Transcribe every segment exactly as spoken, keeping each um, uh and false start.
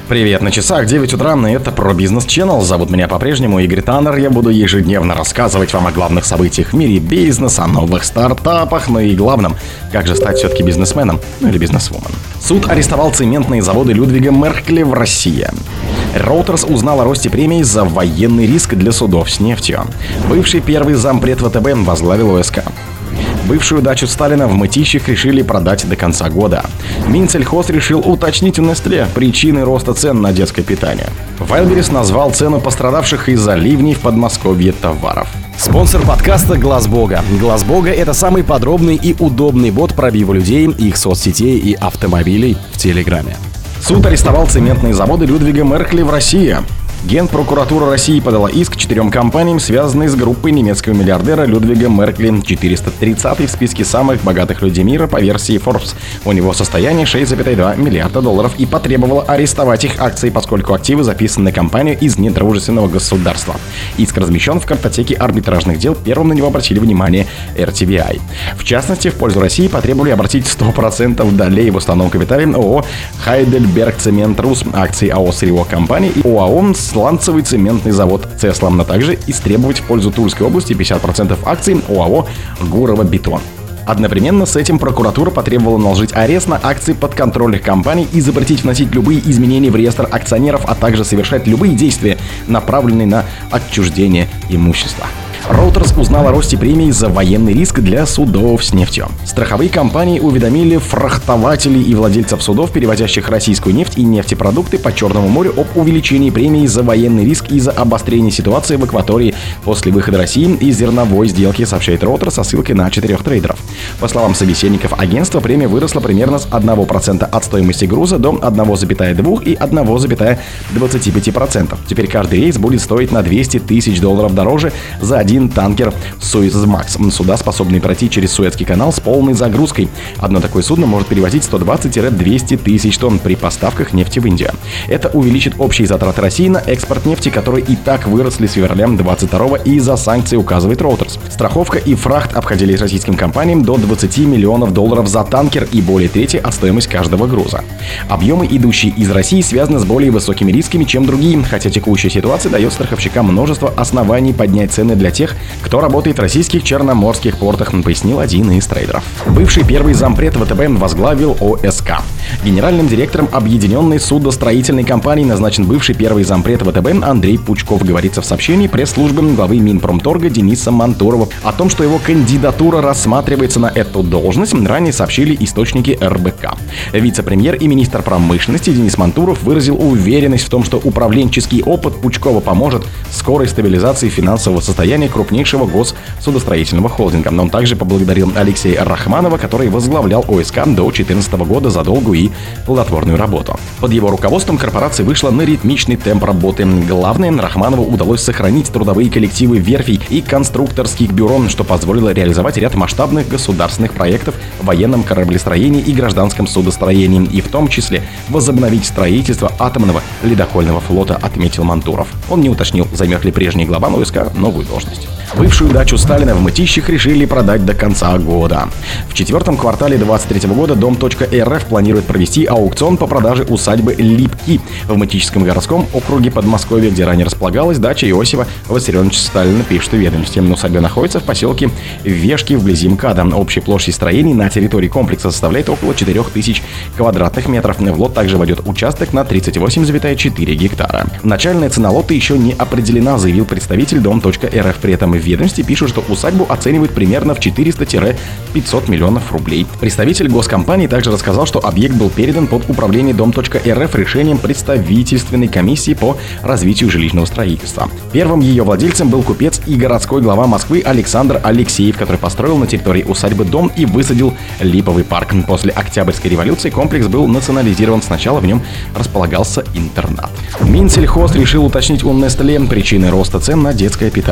Привет, на часах девять утра, и это про Business Channel. Зовут меня по-прежнему Игорь Таннер. Я буду ежедневно рассказывать вам о главных событиях в мире бизнеса, о новых стартапах, ну и главном, как же стать все-таки бизнесменом, ну или бизнесвумен. Суд арестовал цементные заводы Людвига Меркеле в России. Reuters узнал о росте премий за военный риск для судов с нефтью. Бывший первый зампред ВТБ возглавил ОСК. Бывшую дачу Сталина в Мытищах решили продать до конца года. Минсельхоз решил уточнить у Nestlé причины роста цен на детское питание. Wildberries назвал цену пострадавших из-за ливней в Подмосковье товаров. Спонсор подкаста Глаз Бога. Глаз Бога — это самый подробный и удобный бот пробива людей, их соцсетей и автомобилей в Телеграме. Суд арестовал цементные заводы Людвига Меркеле в России. Генпрокуратура России подала иск четырем компаниям, связанным с группой немецкого миллиардера Людвига Меркеле, четыреста тридцатый в списке самых богатых людей мира по версии Forbes. У него состояние шесть целых два миллиарда долларов, и потребовала арестовать их акции, поскольку активы записаны на компанию из недружественного государства. Иск размещен в картотеке арбитражных дел, первым на него обратили внимание эр ти ви ай. В частности, в пользу России потребовали обратить сто процентов долей в уставном капитале ООО «Хайдельберг Цемент Рус», акции АО «Сырьевая компания» и ОАО «Сланцевый цементный завод Цеслам», но также истребовать в пользу Тульской области пятьдесят процентов акций ОАО «Гурова Бетон». Одновременно с этим прокуратура потребовала наложить арест на акции подконтрольных компаний и запретить вносить любые изменения в реестр акционеров, а также совершать любые действия, направленные на отчуждение имущества. Reuters узнал о росте премий за военный риск для судов с нефтью. Страховые компании уведомили фрахтователей и владельцев судов, перевозящих российскую нефть и нефтепродукты по Черному морю, об увеличении премий за военный риск из-за обострения ситуации в акватории после выхода России из зерновой сделки, сообщает Reuters со ссылкой на четырех трейдеров. По словам собеседников агентства, премия выросла примерно с одного процента от стоимости груза до одна целая две десятых и одна целая двадцать пять сотых процента. Теперь каждый рейс будет стоить на двести тысяч долларов дороже за один танкер Suezmax. Суда, способные пройти через Суэцкий канал с полной загрузкой. Одно такое судно может перевозить сто двадцать - двести тысяч тонн при поставках нефти в Индию. Это увеличит общие затраты России на экспорт нефти, которые и так выросли с февраля двадцать второго из-за санкций, указывает Reuters. Страховка и фрахт обходились российским компаниям до двадцати миллионов долларов за танкер и более трети от стоимости каждого груза. Объемы, идущие из России, связаны с более высокими рисками, чем другие, хотя текущая ситуация дает страховщикам множество оснований поднять цены для тех, кто работает в российских черноморских портах, пояснил один из трейдеров. Бывший первый зампред ВТБ возглавил ОСК. Генеральным директором Объединенной судостроительной компании назначен бывший первый зампред ВТБ Андрей Пучков, говорится в сообщении пресс-службы главы Минпромторга Дениса Мантурова. О том, что его кандидатура рассматривается на эту должность, ранее сообщили источники эр бэ ка. Вице-премьер и министр промышленности Денис Мантуров выразил уверенность в том, что управленческий опыт Пучкова поможет скорой стабилизации финансового состояния крупнейшего госсудостроительного холдинга. Но он также поблагодарил Алексея Рахманова, который возглавлял ОСК до две тысячи четырнадцатого года, за долгую и плодотворную работу. Под его руководством корпорация вышла на ритмичный темп работы. Главное, Рахманову удалось сохранить трудовые коллективы верфей и конструкторских бюро, что позволило реализовать ряд масштабных государственных проектов в военном кораблестроении и гражданском судостроении, и в том числе возобновить строительство атомного ледокольного флота, отметил Мантуров. Он не уточнил, займет ли прежний глава ОСК новую должность. Бывшую дачу Сталина в Мытищах решили продать до конца года. В четвертом квартале двадцать третьего года дом точка эр эф планирует провести аукцион по продаже усадьбы Липки в Мытищском городском округе Подмосковья, где ранее располагалась дача Иосифа Виссарионовича Сталина, пишет в ведомстве. Усадьба находится в поселке Вешки вблизи МКАДа. Общая площадь строений на территории комплекса составляет около четырёх тысяч квадратных метров. В лот также войдет участок на тридцать восемь целых четыре гектара. Начальная цена лота еще не определена, заявил представитель дом точка эр эф. При этом в ведомстве пишут, что усадьбу оценивают примерно в четыреста - пятьсот миллионов рублей. Представитель госкомпании также рассказал, что объект был передан под управление дом точка эр эф решением представительственной комиссии по развитию жилищного строительства. Первым ее владельцем был купец и городской глава Москвы Александр Алексеев, который построил на территории усадьбы дом и высадил липовый парк. После Октябрьской революции комплекс был национализирован. Сначала в нем располагался интернат. Минсельхоз решил уточнить у Nestlé причины роста цен на детское питание.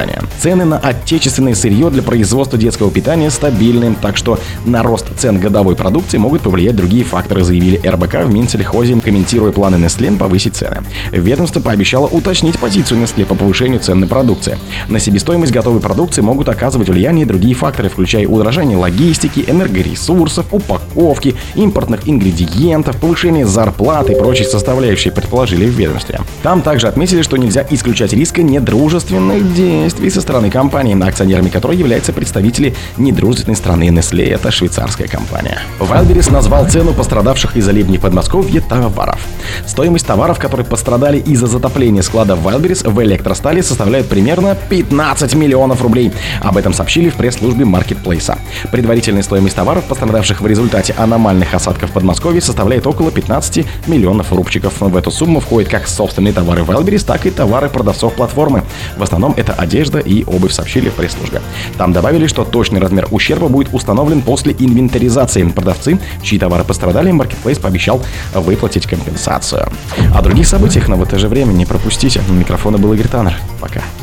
Цены на отечественное сырье для производства детского питания стабильны, так что на рост цен годовой продукции могут повлиять другие факторы, заявили эр бэ ка в Минсельхозе, комментируя планы Nestlé повысить цены. Ведомство пообещало уточнить позицию Nestlé по повышению цен на продукцию. На себестоимость готовой продукции могут оказывать влияние другие факторы, включая удорожание логистики, энергоресурсов, упаковки, импортных ингредиентов, повышение зарплат и прочие составляющие, предположили в ведомстве. Там также отметили, что нельзя исключать риска недружественных действий со стороны компании, акционерами которой являются представители недружественной страны Nestlé, это швейцарская компания. Wildberries назвал цену пострадавших из-за ливней в Подмосковье товаров. Стоимость товаров, которые пострадали из-за затопления склада Wildberries в электростали, составляет примерно пятнадцать миллионов рублей. Об этом сообщили в пресс-службе маркетплейса. Предварительная стоимость товаров, пострадавших в результате аномальных осадков в Подмосковье, составляет около пятнадцать миллионов рубчиков. В эту сумму входят как собственные товары Wildberries, так и товары продавцов платформы. В основном это одежда и обувь, сообщили в пресс-службе. Там добавили, что точный размер ущерба будет установлен после инвентаризации. Продавцы, чьи товары пострадали, маркетплейс пообещал выплатить компенсацию. О других событиях на в это же время не пропустите. У микрофона был Игорь Таннер. Пока.